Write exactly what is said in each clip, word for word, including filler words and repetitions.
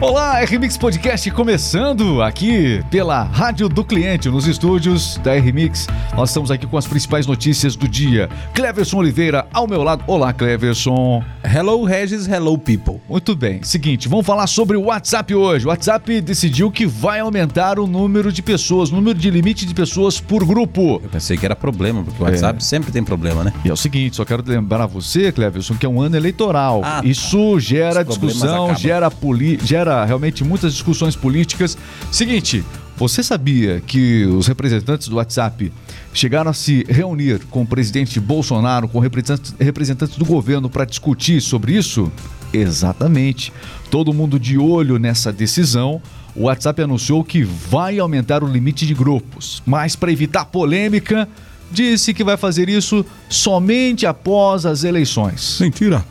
Olá, R-Mix Podcast começando aqui pela Rádio do Cliente, nos estúdios da R-Mix. Nós estamos aqui com as principais notícias do dia. Cleverson Oliveira ao meu lado. Olá, Cleverson. Hello, Regis. Hello, people. Muito bem. Seguinte, vamos falar sobre o WhatsApp hoje. O WhatsApp decidiu que vai aumentar o número de pessoas, o número de limite de pessoas por grupo. Eu pensei que era problema, porque o WhatsApp é. sempre tem problema, né? E é o seguinte, só quero lembrar a você, Cleverson, que é um ano eleitoral. Ah, Isso tá. gera Os discussão, gera política, gera realmente muitas discussões políticas. Seguinte, você sabia que os representantes do WhatsApp chegaram a se reunir com o presidente Bolsonaro, com representantes, representantes do governo para discutir sobre isso? Exatamente. Todo mundo de olho nessa decisão. O WhatsApp anunciou que vai aumentar o limite de grupos, mas para evitar polêmica, disse que vai fazer isso somente após as eleições. Mentira.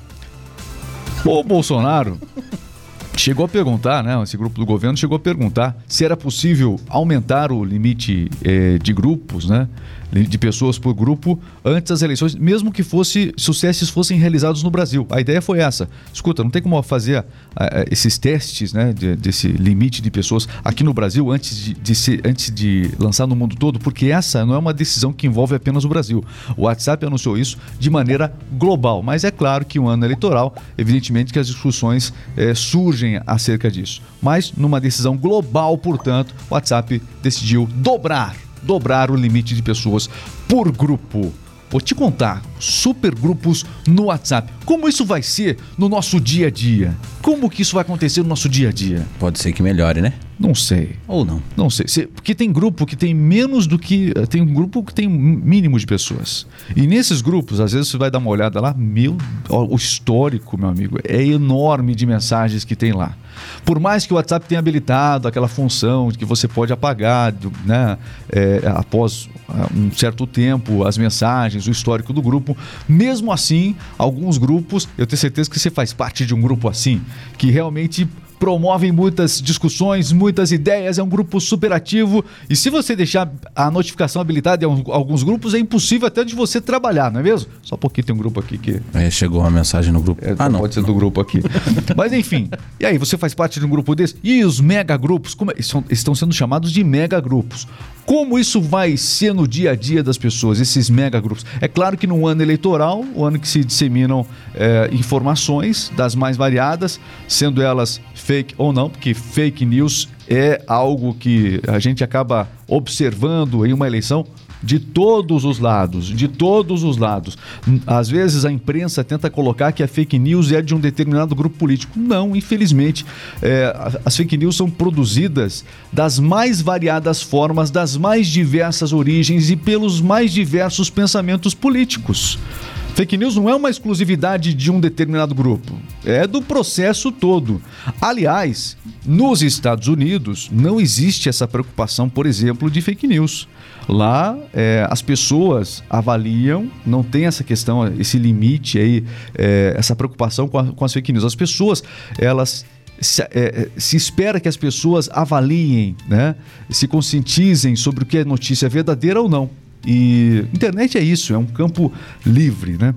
O Bolsonaro chegou a perguntar, né? Esse grupo do governo chegou a perguntar se era possível aumentar o limite eh, de grupos, né? De pessoas por grupo antes das eleições, mesmo que fosse, se os testes fossem realizados no Brasil. A ideia foi essa. Escuta, não tem como fazer uh, esses testes, né, de, desse limite de pessoas aqui no Brasil antes de, de ser, antes de lançar no mundo todo, porque essa não é uma decisão que envolve apenas o Brasil. O WhatsApp anunciou isso de maneira global, mas é claro que um ano eleitoral, evidentemente que as discussões eh, surgem acerca disso. Mas numa decisão global, portanto, o WhatsApp decidiu dobrar dobrar o limite de pessoas por grupo. Vou te contar, super grupos no WhatsApp. Como isso vai ser no nosso dia a dia? Como que isso vai acontecer no nosso dia a dia? Pode ser que melhore, né? Não sei. Ou não? Não sei. Porque tem grupo que tem menos do que... Tem um grupo que tem um mínimo de pessoas. E nesses grupos, às vezes você vai dar uma olhada lá, meu, o histórico, meu amigo, é enorme de mensagens que tem lá. Por mais que o WhatsApp tenha habilitado aquela função de que você pode apagar, né, é, após um certo tempo as mensagens, o histórico do grupo, mesmo assim, alguns grupos, eu tenho certeza que você faz parte de um grupo assim, que realmente promovem muitas discussões, muitas ideias, é um grupo super ativo, e se você deixar a notificação habilitada em alguns grupos, é impossível até de você trabalhar, não é mesmo? Só porque tem um grupo aqui que... É, chegou uma mensagem no grupo. É, ah, não. Pode ser não. do grupo aqui. Mas enfim, e aí, você faz parte de um grupo desse? E os mega grupos, como é? Estão sendo chamados de mega grupos. Como isso vai ser no dia a dia das pessoas, esses mega grupos? É claro que no ano eleitoral, o ano que se disseminam é, informações das mais variadas, sendo elas fake ou não, porque fake news é algo que a gente acaba observando em uma eleição de todos os lados, de todos os lados. Às vezes a imprensa tenta colocar que a fake news é de um determinado grupo político. Não, infelizmente, é, as fake news são produzidas das mais variadas formas, das mais diversas origens e pelos mais diversos pensamentos políticos. Fake news não é uma exclusividade de um determinado grupo, é do processo todo. Aliás, nos Estados Unidos não existe essa preocupação, por exemplo, de fake news. Lá é, as pessoas avaliam, não tem essa questão, esse limite aí, é, essa preocupação com, a, com as fake news. As pessoas, elas... Se, é, se espera que as pessoas avaliem, né, se conscientizem sobre o que é notícia verdadeira ou não. E internet é isso, é um campo livre, né?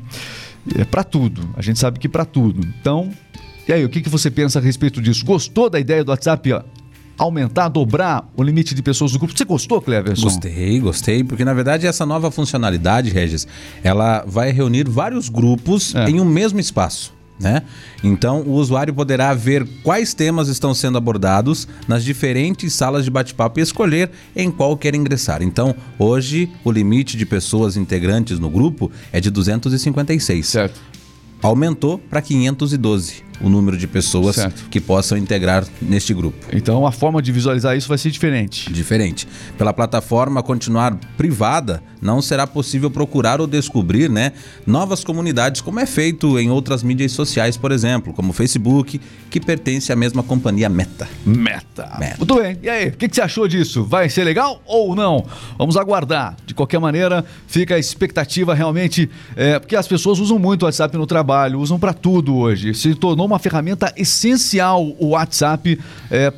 É para tudo, a gente sabe que para tudo. Então, e aí, o que, que você pensa a respeito disso? Gostou da ideia do WhatsApp, ó, aumentar, dobrar o limite de pessoas do grupo? Você gostou, Cleverson? Gostei, gostei, porque na verdade essa nova funcionalidade, Regis, ela vai reunir vários grupos é. em um mesmo espaço. Né? Então o usuário poderá ver quais temas estão sendo abordados nas diferentes salas de bate-papo e escolher em qual quer ingressar. Então hoje o limite de pessoas integrantes no grupo é de duzentos e cinquenta e seis. Certo. Aumentou para quinhentos e doze o número de pessoas certo. que possam integrar neste grupo. Então a forma de visualizar isso vai ser diferente. Diferente. Pela plataforma continuar privada, não será possível procurar ou descobrir, né, novas comunidades, como é feito em outras mídias sociais, por exemplo, como o Facebook, que pertence à mesma companhia Meta. Meta. Meta. Muito bem. E aí, o que, que você achou disso? Vai ser legal ou não? Vamos aguardar. De qualquer maneira, fica a expectativa realmente, é, porque as pessoas usam muito o WhatsApp no trabalho, usam para tudo hoje. Se tornou uma ferramenta essencial o WhatsApp é, para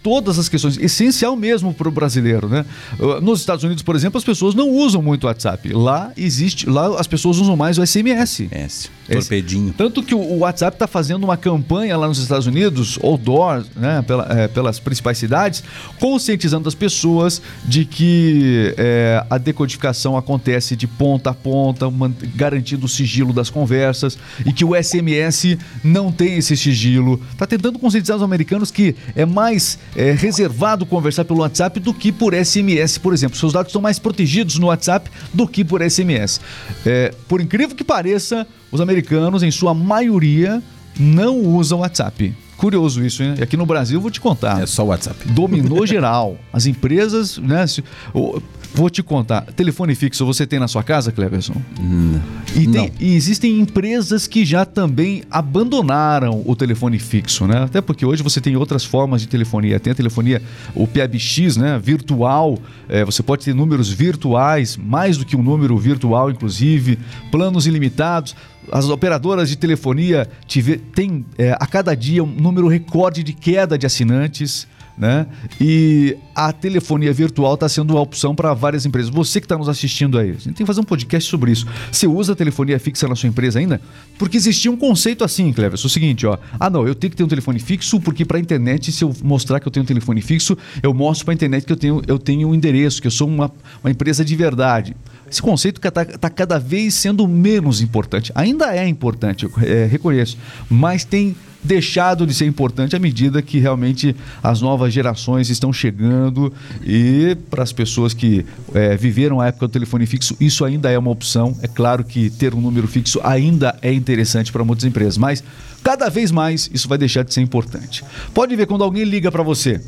todas as questões, essencial mesmo para o brasileiro, né? Nos Estados Unidos, por exemplo, as pessoas não usam muito o WhatsApp. Lá existe, lá as pessoas usam mais o S M S. S. Torpedinho. Tanto que o WhatsApp está fazendo uma campanha lá nos Estados Unidos, outdoor, né, pela, é, pelas principais cidades, conscientizando as pessoas de que é, a decodificação acontece de ponta a ponta, uma, garantindo o sigilo das conversas, e que o S M S não tem esse sigilo. Está tentando conscientizar os americanos que é mais é, reservado conversar pelo WhatsApp do que por S M S, por exemplo. Seus dados estão mais protegidos no WhatsApp do que por S M S. É, por incrível que pareça, os americanos, em sua maioria, não usam WhatsApp. Curioso isso, hein? E aqui no Brasil, vou te contar. É só o WhatsApp. Dominou geral. As empresas, né? Se, oh, vou te contar. Telefone fixo você tem na sua casa, Cleverson? Hum, e, tem, e existem empresas que já também abandonaram o telefone fixo, né? Até porque hoje você tem outras formas de telefonia. Tem a telefonia, o P B X, né? Virtual. É, você pode ter números virtuais, mais do que um número virtual, inclusive. Planos ilimitados. As operadoras de telefonia têm é, a cada dia um número recorde de queda de assinantes, né? E a telefonia virtual está sendo uma opção para várias empresas. Você que está nos assistindo aí, a gente tem que fazer um podcast sobre isso. Você usa a telefonia fixa na sua empresa ainda? Porque existia um conceito assim, Cleverson, o seguinte, ó. Ah, não, eu tenho que ter um telefone fixo porque para a internet, se eu mostrar que eu tenho um telefone fixo, eu mostro para a internet que eu tenho, eu tenho um endereço, que eu sou uma, uma empresa de verdade. Esse conceito está tá cada vez sendo menos importante. Ainda é importante, eu é, reconheço, mas tem deixado de ser importante à medida que realmente as novas gerações estão chegando, e para as pessoas que é, viveram a época do telefone fixo, isso ainda é uma opção. É claro que ter um número fixo ainda é interessante para muitas empresas, mas cada vez mais isso vai deixar de ser importante. Pode ver, quando alguém liga para você,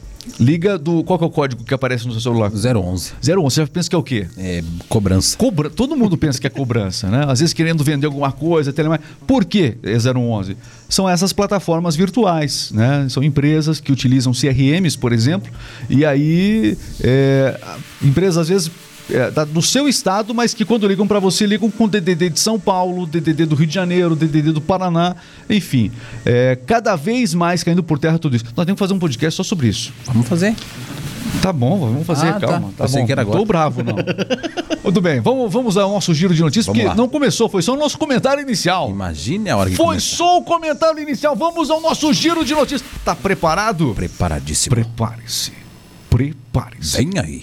liga do... Qual que é o código que aparece no seu celular? zero onze. zero onze, você já pensa que é o quê? É cobrança. Cobra... Todo mundo pensa que é cobrança, né? Às vezes querendo vender alguma coisa, telemar... Por que é zero onze? São essas plataformas virtuais, né? São empresas que utilizam C R Ms, por exemplo, e aí é... empresas às vezes é, do seu estado, mas que quando ligam para você, ligam com D D D de São Paulo, D D D do Rio de Janeiro, D D D do Paraná, enfim, é, cada vez mais caindo por terra tudo isso. Nós temos que fazer um podcast só sobre isso. Vamos fazer. Tá bom, vamos fazer, ah, calma. Tá, tá bom, que era agora. Não tô bravo, não. Tudo bem, vamos, vamos ao nosso giro de notícias, vamos porque lá. Não começou, foi só o nosso comentário inicial. Imagine a hora que Foi começar. Só o comentário inicial, vamos ao nosso giro de notícias. Tá preparado? Preparadíssimo. Prepare-se. Prepare-se. Vem aí.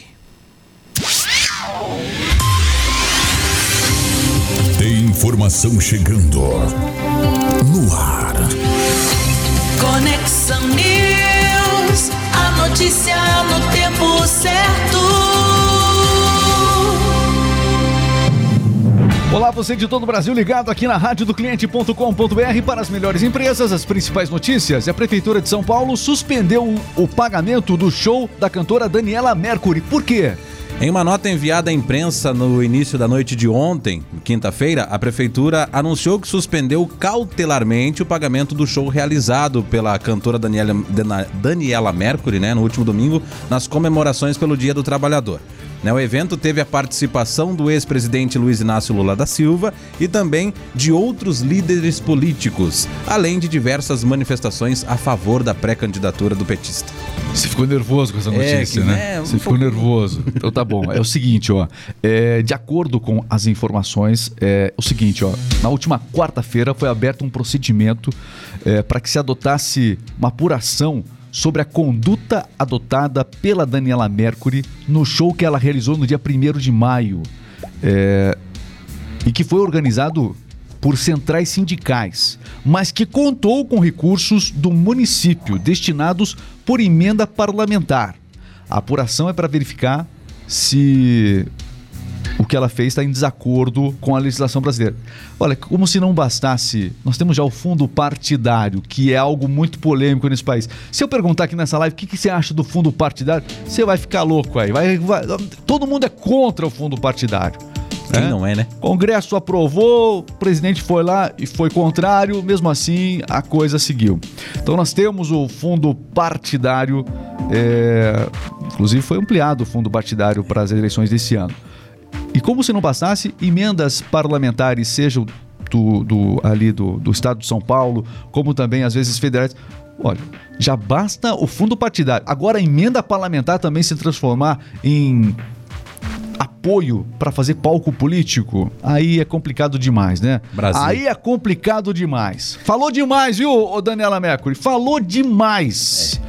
Tem informação chegando no ar. Conexão News, a notícia no tempo certo. Olá, você de todo o Brasil ligado aqui na rádio do cliente ponto com ponto b r para as melhores empresas, as principais notícias. A Prefeitura de São Paulo suspendeu o pagamento do show da cantora Daniela Mercury. Por quê? Em uma nota enviada à imprensa no início da noite de ontem, quinta-feira, a Prefeitura anunciou que suspendeu cautelarmente o pagamento do show realizado pela cantora Daniela, Daniela Mercury, né, no último domingo, nas comemorações pelo Dia do Trabalhador. O evento teve a participação do ex-presidente Luiz Inácio Lula da Silva e também de outros líderes políticos, além de diversas manifestações a favor da pré-candidatura do petista. Você ficou nervoso com essa notícia, é, que, né? né? Você um ficou pouco... nervoso. Então tá bom. É o seguinte, ó. É, de acordo com as informações, é o seguinte, ó. Na última quarta-feira foi aberto um procedimento é, para que se adotasse uma apuração sobre a conduta adotada pela Daniela Mercury no show que ela realizou no dia primeiro de maio, é, e que foi organizado por centrais sindicais, mas que contou com recursos do município destinados por emenda parlamentar. A apuração é para verificar se o que ela fez está em desacordo com a legislação brasileira. Olha, como se não bastasse, nós temos já o fundo partidário, que é algo muito polêmico nesse país. Se eu perguntar aqui nessa live o que, que você acha do fundo partidário, você vai ficar louco aí. Vai, vai, todo mundo é contra o fundo partidário. Quem não é, né? Congresso aprovou, o presidente foi lá e foi contrário, mesmo assim a coisa seguiu. Então nós temos o fundo partidário, é, inclusive foi ampliado o fundo partidário para as eleições desse ano. E como se não bastasse, emendas parlamentares, sejam do, do, ali do, do estado de São Paulo, como também às vezes federais, Olha, já basta o fundo partidário. Agora a emenda parlamentar também se transformar em apoio para fazer palco político, aí é complicado demais, né? Brasil. Aí é complicado demais. Falou demais, viu, ô Daniela Mercury? Falou demais.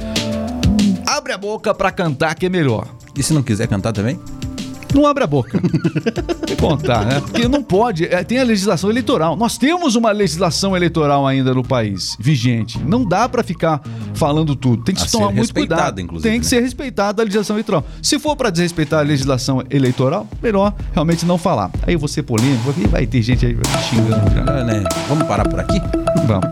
É. Abre a boca para cantar que é melhor. E se não quiser cantar também? Não abre a boca. Tem que contar, né? Porque não pode. É, tem a legislação eleitoral. Nós temos uma legislação eleitoral ainda no país, vigente. Não dá pra ficar falando tudo. Tem que A se tomar ser muito respeitada, cuidado. inclusive, Tem que né? ser respeitada a legislação eleitoral. Se for pra desrespeitar a legislação eleitoral, melhor realmente não falar. Aí eu vou ser polêmico, aqui vai ter gente aí xingando já. Ah, né? Vamos parar por aqui? Vamos.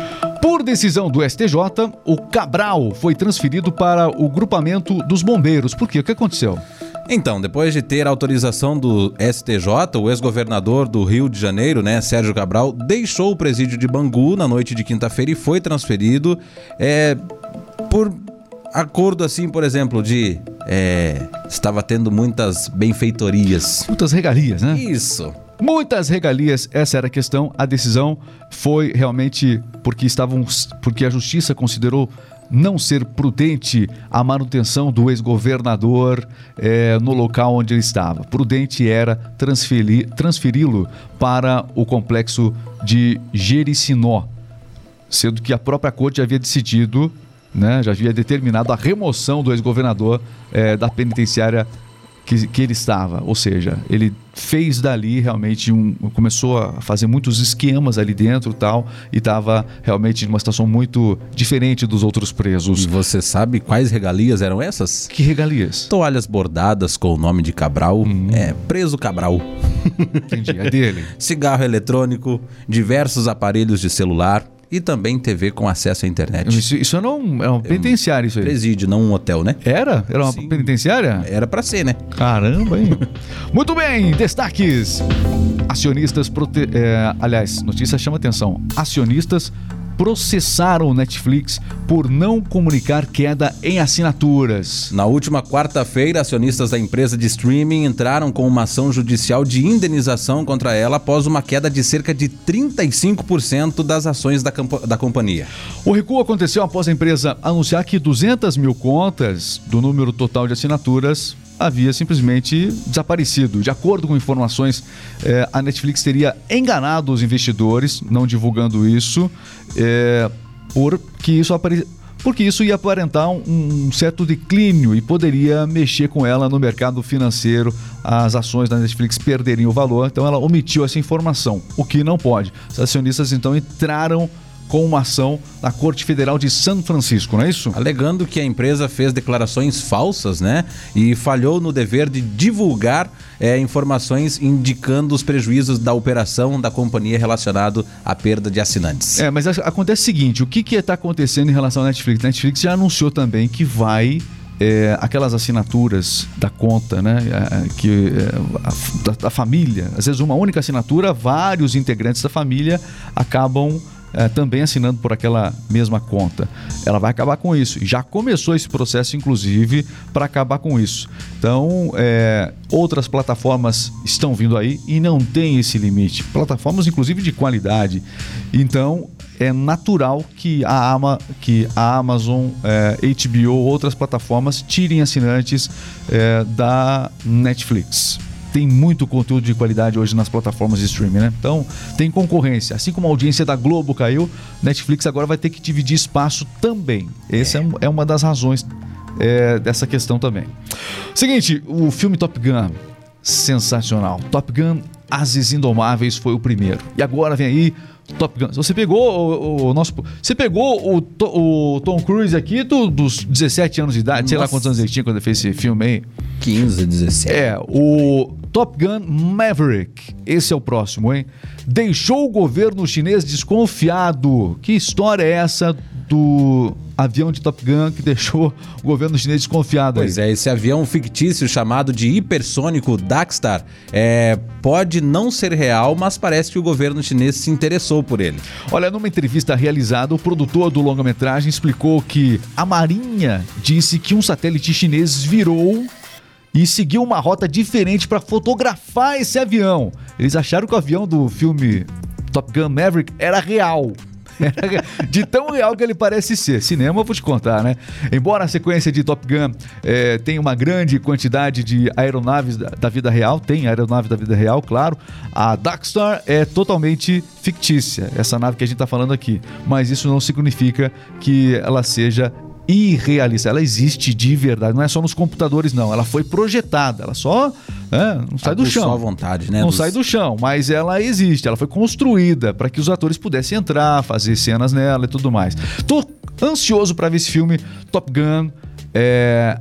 Por decisão do S T J, o Cabral foi transferido para o grupamento dos bombeiros. Por quê? O que aconteceu? Então, depois de ter autorização do S T J, o ex-governador do Rio de Janeiro, né, Sérgio Cabral, deixou o presídio de Bangu na noite de quinta-feira e foi transferido é, por acordo, assim, por exemplo, de... É, estava tendo muitas benfeitorias. Muitas regalias, né? Isso. Muitas regalias, essa era a questão. A decisão foi realmente porque estavam, porque a justiça considerou não ser prudente a manutenção do ex-governador é, no local onde ele estava. Prudente era transferi, transferi-lo para o complexo de Jericinó, sendo que a própria corte havia decidido, né, já havia determinado a remoção do ex-governador é, da penitenciária que, que ele estava. Ou seja, ele fez dali realmente um... começou a fazer muitos esquemas ali dentro e tal, e estava realmente numa situação muito diferente dos outros presos. E você sabe quais regalias eram essas? Que regalias? Toalhas bordadas com o nome de Cabral, hum. é, preso Cabral. Entendi, é dele. Cigarro eletrônico, diversos aparelhos de celular e também T V com acesso à internet. Isso, isso não é um penitenciário, isso aí. Presídio, não um hotel, né? Era? Era uma Sim. penitenciária? Era pra ser, né? Caramba, hein? Muito bem, destaques. Acionistas, prote... é, aliás, notícia chama atenção. Acionistas processaram o Netflix por não comunicar queda em assinaturas. Na última quarta-feira, acionistas da empresa de streaming entraram com uma ação judicial de indenização contra ela após uma queda de cerca de trinta e cinco por cento das ações da, camp- da companhia. O recuo aconteceu após a empresa anunciar que duzentas mil contas do número total de assinaturas havia simplesmente desaparecido. De acordo com informações, eh, a Netflix teria enganado os investidores, não divulgando isso, eh, porque, isso apare... porque isso ia aparentar um, um certo declínio e poderia mexer com ela no mercado financeiro. As ações da Netflix perderiam o valor, então ela omitiu essa informação, o que não pode. Os acionistas então entraram com uma ação na Corte Federal de São Francisco, não é isso? Alegando que a empresa fez declarações falsas, né? E falhou no dever de divulgar é, informações indicando os prejuízos da operação da companhia relacionado à perda de assinantes. É, mas acontece o seguinte, o que que está acontecendo em relação à Netflix? A Netflix já anunciou também que vai... É, aquelas assinaturas da conta, né, é, que, é, a, da, da família, às vezes uma única assinatura, vários integrantes da família acabam é, também assinando por aquela mesma conta. Ela vai acabar com isso. Já começou esse processo, inclusive, para acabar com isso. Então, é, outras plataformas estão vindo aí e não tem esse limite. Plataformas, inclusive, de qualidade. Então, é natural que a, Ama, que a Amazon, é, H B O, outras plataformas tirem assinantes é, da Netflix. Tem muito conteúdo de qualidade hoje nas plataformas de streaming, né? Então, tem concorrência. Assim como a audiência da Globo caiu, Netflix agora vai ter que dividir espaço também. Essa é, é uma das razões é, dessa questão também. Seguinte, o filme Top Gun, sensacional. Top Gun, Ases Indomáveis foi o primeiro. E agora vem aí Top Gun. Você pegou o, o nosso. Você pegou o, o Tom Cruise aqui do, dos dezessete anos de idade, Nossa. sei lá quantos anos ele tinha quando ele fez esse filme aí. quinze, dezessete. É, o Top Gun Maverick. Esse é o próximo, hein? Deixou o governo chinês desconfiado. Que história é essa do avião de Top Gun que deixou o governo chinês desconfiado? Pois aí? é, esse avião fictício chamado de hipersônico Dakstar é, pode não ser real, mas parece que o governo chinês se interessou por ele. Olha, numa entrevista realizada, o produtor do longa-metragem explicou que a Marinha disse que um satélite chinês virou e seguiu uma rota diferente para fotografar esse avião. Eles acharam que o avião do filme Top Gun Maverick era real. De tão real que ele parece ser. Cinema, eu vou te contar, né? Embora a sequência de Top Gun é, tenha uma grande quantidade de aeronaves da, da vida real, tem aeronave da vida real, claro, a Darkstar é totalmente fictícia, essa nave que a gente tá falando aqui. Mas isso não significa que ela seja irrealista, ela existe de verdade, não é só nos computadores não, ela foi projetada, ela só é, não sai do chão, só à vontade, né? Não Dos... sai do chão, mas ela existe, ela foi construída para que os atores pudessem entrar, fazer cenas nela e tudo mais. Tô ansioso para ver esse filme Top Gun é,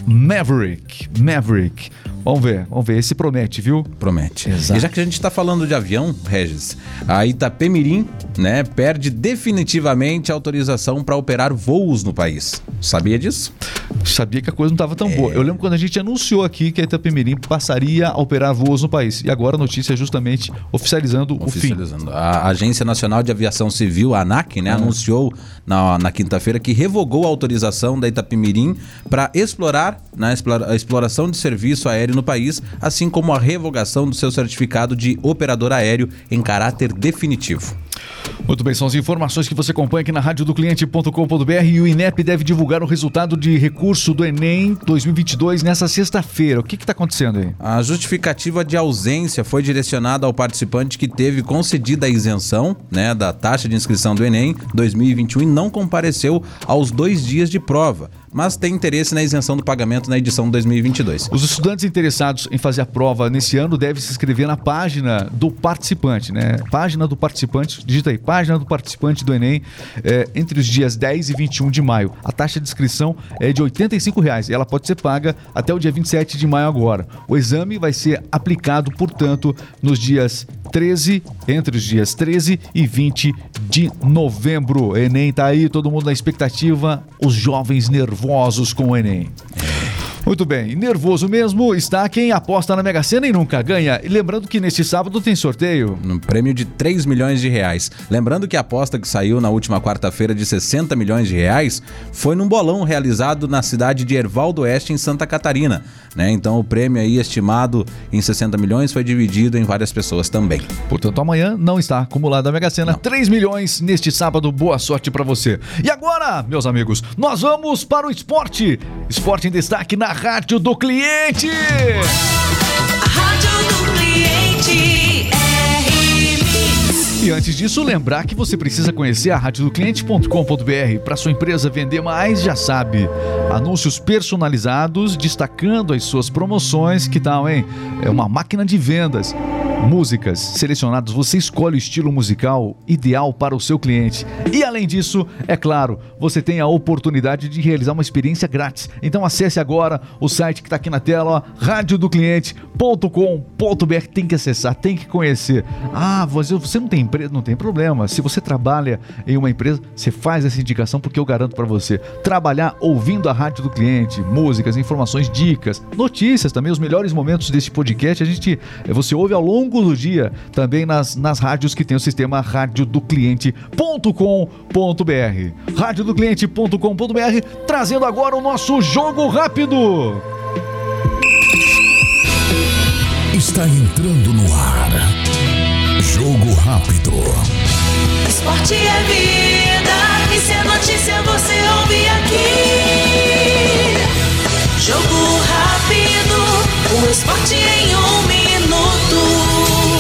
Maverick, Maverick. Vamos ver, vamos ver. Esse promete, viu? Promete. Exato. E já que a gente está falando de avião, Regis, a Itapemirim, né, perde definitivamente a autorização para operar voos no país. Sabia disso? Sabia que a coisa não estava tão é... boa. Eu lembro quando a gente anunciou aqui que a Itapemirim passaria a operar voos no país. E agora a notícia é justamente oficializando, oficializando. o fim. A Agência Nacional de Aviação Civil, a ANAC, né, ah. anunciou na, na quinta-feira que revogou a autorização da Itapemirim para explorar, né, a exploração de serviço aéreo no país, assim como a revogação do seu certificado de operador aéreo em caráter definitivo. Muito bem, são as informações que você acompanha aqui na rádio do cliente ponto com ponto b r e o INEP deve divulgar o resultado de recurso do Enem dois mil e vinte e dois nessa sexta-feira. O que está acontecendo aí? A justificativa de ausência foi direcionada ao participante que teve concedida a isenção, né, da taxa de inscrição do Enem dois mil e vinte e um e não compareceu aos dois dias de prova, mas tem interesse na isenção do pagamento na edição dois mil e vinte e dois. Os estudantes interessados em fazer a prova nesse ano devem se inscrever na página do participante, né? Página do participante, digita aí, página do participante do Enem, é, entre os dias dez e vinte e um de maio. A taxa de inscrição é de oitenta e cinco reais e ela pode ser paga até o dia vinte e sete de maio agora. O exame vai ser aplicado, portanto, nos dias treze, entre os dias treze e vinte de novembro. O Enem tá aí, todo mundo na expectativa, os jovens nervosos com o Enem. Muito bem, nervoso mesmo está quem aposta na Mega Sena e nunca ganha. E lembrando que neste sábado tem sorteio. Um prêmio de três milhões de reais. Lembrando que a aposta que saiu na última quarta-feira de sessenta milhões de reais foi num bolão realizado na cidade de Erval do Oeste, em Santa Catarina. Né? Então o prêmio aí estimado em sessenta milhões foi dividido em várias pessoas também. Portanto, amanhã não está acumulado a Mega Sena. Não. três milhões neste sábado. Boa sorte para você. E agora, meus amigos, nós vamos para o esporte. Esporte em destaque na Rádio do Cliente. A Rádio do Cliente R M. E antes disso, lembrar que você precisa conhecer a rádio do cliente ponto com ponto b r. Para sua empresa vender mais, já sabe. Anúncios personalizados, destacando as suas promoções. Que tal, hein? É uma máquina de vendas. Músicas selecionadas, você escolhe o estilo musical ideal para o seu cliente. E além disso, é claro, você tem a oportunidade de realizar uma experiência grátis. Então acesse agora o site que está aqui na tela, ó, rádio do cliente ponto com ponto b r. Tem que acessar, tem que conhecer. Ah, você, você não tem empresa? Não tem problema. Se você trabalha em uma empresa, você faz essa indicação, porque eu garanto para você, trabalhar ouvindo a Rádio do Cliente, músicas, informações, dicas, notícias também, os melhores momentos desse podcast, a gente, você ouve ao longo do dia, também nas, nas rádios que tem o sistema rádio do cliente ponto com ponto b r. rádio do cliente ponto com ponto b r, trazendo agora o nosso Jogo Rápido. Está entrando no ar. Jogo Rápido. Esporte é vida, e se é notícia você ouve aqui. Jogo Rápido, o esporte em um minuto.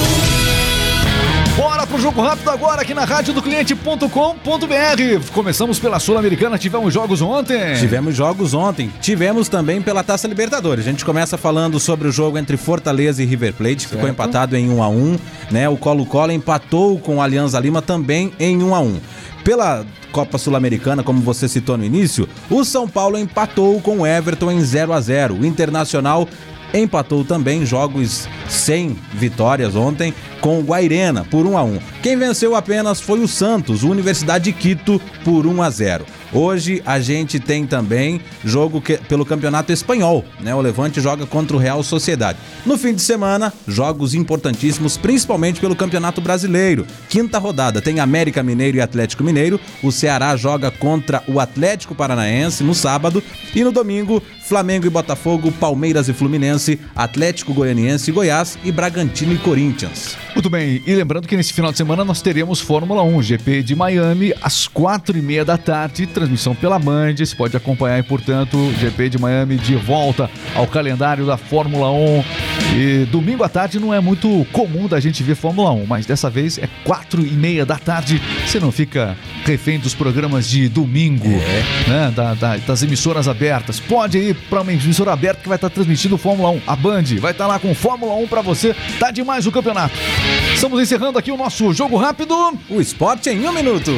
Bora pro Jogo Rápido agora aqui na rádio do cliente ponto com ponto b r. Começamos pela Sul-Americana, tivemos jogos ontem. Tivemos jogos ontem, tivemos também pela Taça Libertadores. A gente começa falando sobre o jogo entre Fortaleza e River Plate, que ficou empatado em um a um, né? O Colo-Colo empatou com o Alianza Lima também em um a um. Pela Copa Sul-Americana, como você citou no início, o São Paulo empatou com o Everton em zero a zero. O Internacional empatou também, jogos sem vitórias ontem, com o Guairena por um a um. Quem venceu apenas foi o Santos, Universidade de Quito, por um a zero. Hoje a gente tem também jogo que, pelo Campeonato Espanhol, né? O Levante joga contra o Real Sociedade. No fim de semana, jogos importantíssimos, principalmente pelo Campeonato Brasileiro. Quinta rodada, tem América Mineiro e Atlético Mineiro. O Ceará joga contra o Atlético Paranaense no sábado. E no domingo, Flamengo e Botafogo, Palmeiras e Fluminense, Atlético Goianiense e Goiás e Bragantino e Corinthians. Muito bem, e lembrando que nesse final de semana nós teremos Fórmula um, G P de Miami, às quatro e meia da tarde, transmissão pela Band, você pode acompanhar, e, portanto, G P de Miami de volta ao calendário da Fórmula um. E domingo à tarde não é muito comum da gente ver Fórmula um, mas dessa vez é quatro e meia da tarde, você não fica refém dos programas de domingo, é. né, da, da, das emissoras abertas. Pode ir para uma emissora aberta que vai estar transmitindo Fórmula um. A Band vai estar lá com Fórmula um para você. Tá demais o campeonato. Estamos encerrando aqui o nosso Jogo Rápido. O esporte em um minuto.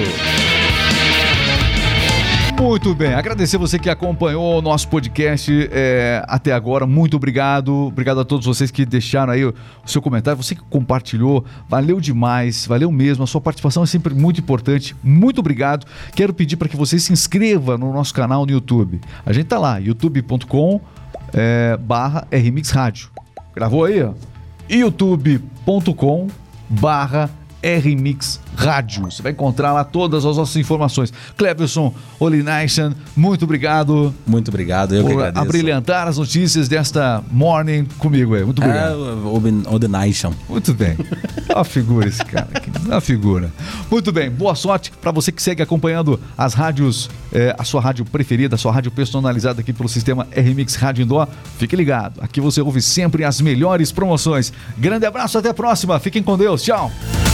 Muito bem, agradecer você que acompanhou o nosso podcast é, até agora, muito obrigado, obrigado a todos vocês que deixaram aí o, o seu comentário, você que compartilhou, valeu demais, valeu mesmo, a sua participação é sempre muito importante, muito obrigado. Quero pedir para que você se inscreva no nosso canal no YouTube, a gente tá lá, youtube ponto com é, barra R Mix Rádio, gravou aí, ó, youtube ponto com barra R Mix Rádio. Você vai encontrar lá todas as nossas informações. Cleverson Olinaishan, muito obrigado. Muito obrigado, eu que por agradeço. abrilhantar as notícias desta morning comigo. É. Muito obrigado. É, Olinaishan. Muito bem. É uma figura esse cara aqui. É uma figura. Muito bem. Boa sorte para você que segue acompanhando as rádios, é, a sua rádio preferida, a sua rádio personalizada aqui pelo sistema R Mix Rádio Indoor. Fique ligado. Aqui você ouve sempre as melhores promoções. Grande abraço, até a próxima. Fiquem com Deus. Tchau.